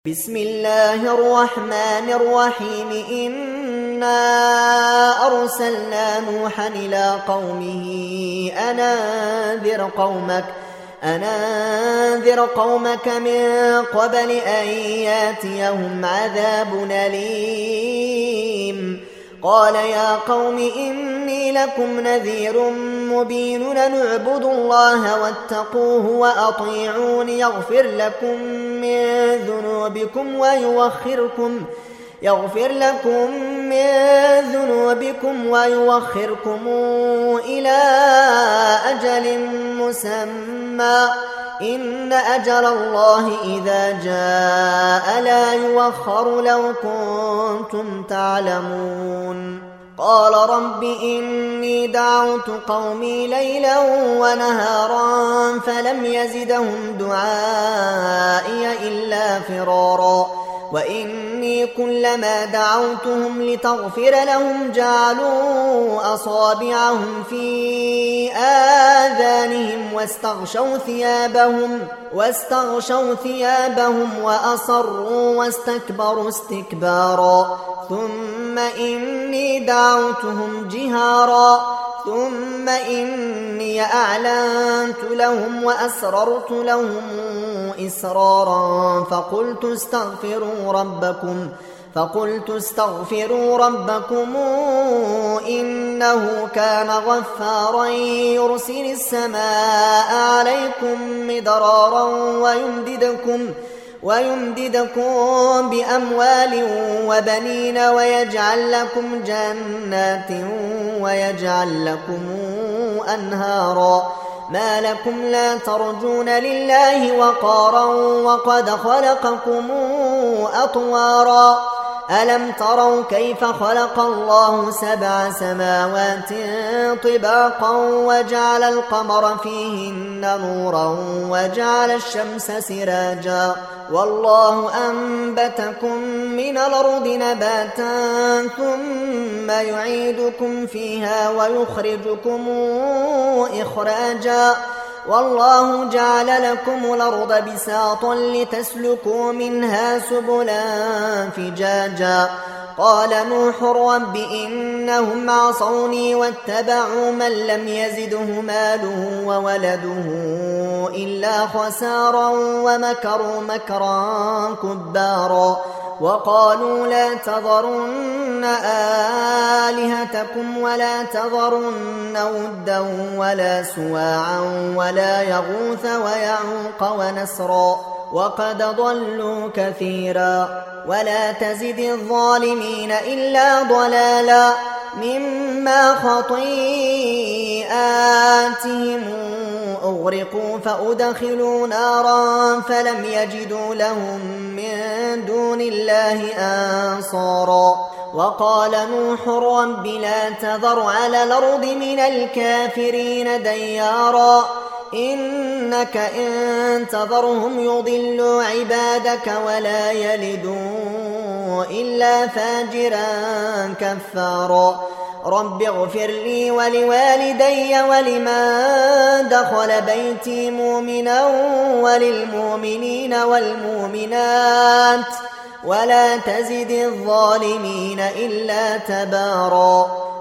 بسم الله الرحمن الرحيم إنا أرسلنا نوحا إلى قومه أن أنذر قومك من قبل أن ياتيهم عذاب أليم. قال يا قوم إني لكم نذير مبين أن اعبدوا الله واتقوه وأطيعون يغفر لكم من ذنوبكم ويوخركم إلى أجل مسمى إن أجل الله إذا جاء لا يوخر لو كنتم تعلمون. قال رب إني دعوت قومي ليلا ونهارا فلم يزدهم دعائي إلا فرارا وإني كلما دعوتهم لتغفر لهم جعلوا أصابعهم في آذانهم واستغشوا ثيابهم وأصروا واستكبروا استكبارا ثم إني دعوتهم جهارا ثم إني أعلنت لهم وأسررت لهم إسرارا فقلت استغفروا ربكم إنه كان غفارا يرسل السماء عليكم مدرارا ويمددكم بأموال وبنين ويجعل لكم جنات ويجعل لكم أنهارا ما لكم لا ترجون لله وقارا وقد خلقكم أطوارا ألم تروا كيف خلق الله 7 سماوات طباقا وجعل القمر فيهن نورا وجعل الشمس سراجا والله أنبتكم من الأرض نباتا ثم يعيدكم فيها ويخرجكم إخراجا والله جعل لكم الأرض بساطا لتسلكوا منها سبلا فجاجا. قال نوح رب إنهم عصوني واتبعوا من لم يزده ماله وولده إلا خسارا ومكروا مكرا كبارا وقالوا لا تذرن آلهتكم ولا تذرن ودا ولا سواعا ولا يغوث ويعوق ونسرا وقد ضلوا كثيرا ولا تزد الظالمين إلا ضلالا مما خطيئاتهم أغرقوا فأدخلوا نارا فلم يجدوا لهم من دون الله أنصارا. وقال نوح رب لا تذر على الأرض من الكافرين ديارا إنك إن تذرهم يضلوا عبادك ولا يلدوا إلا فاجرا كفارا. رب اغفر لي ولوالدي ولمن دخل بيتي مؤمنا وللمؤمنين والمؤمنات ولا تزد الظالمين إلا تبارا.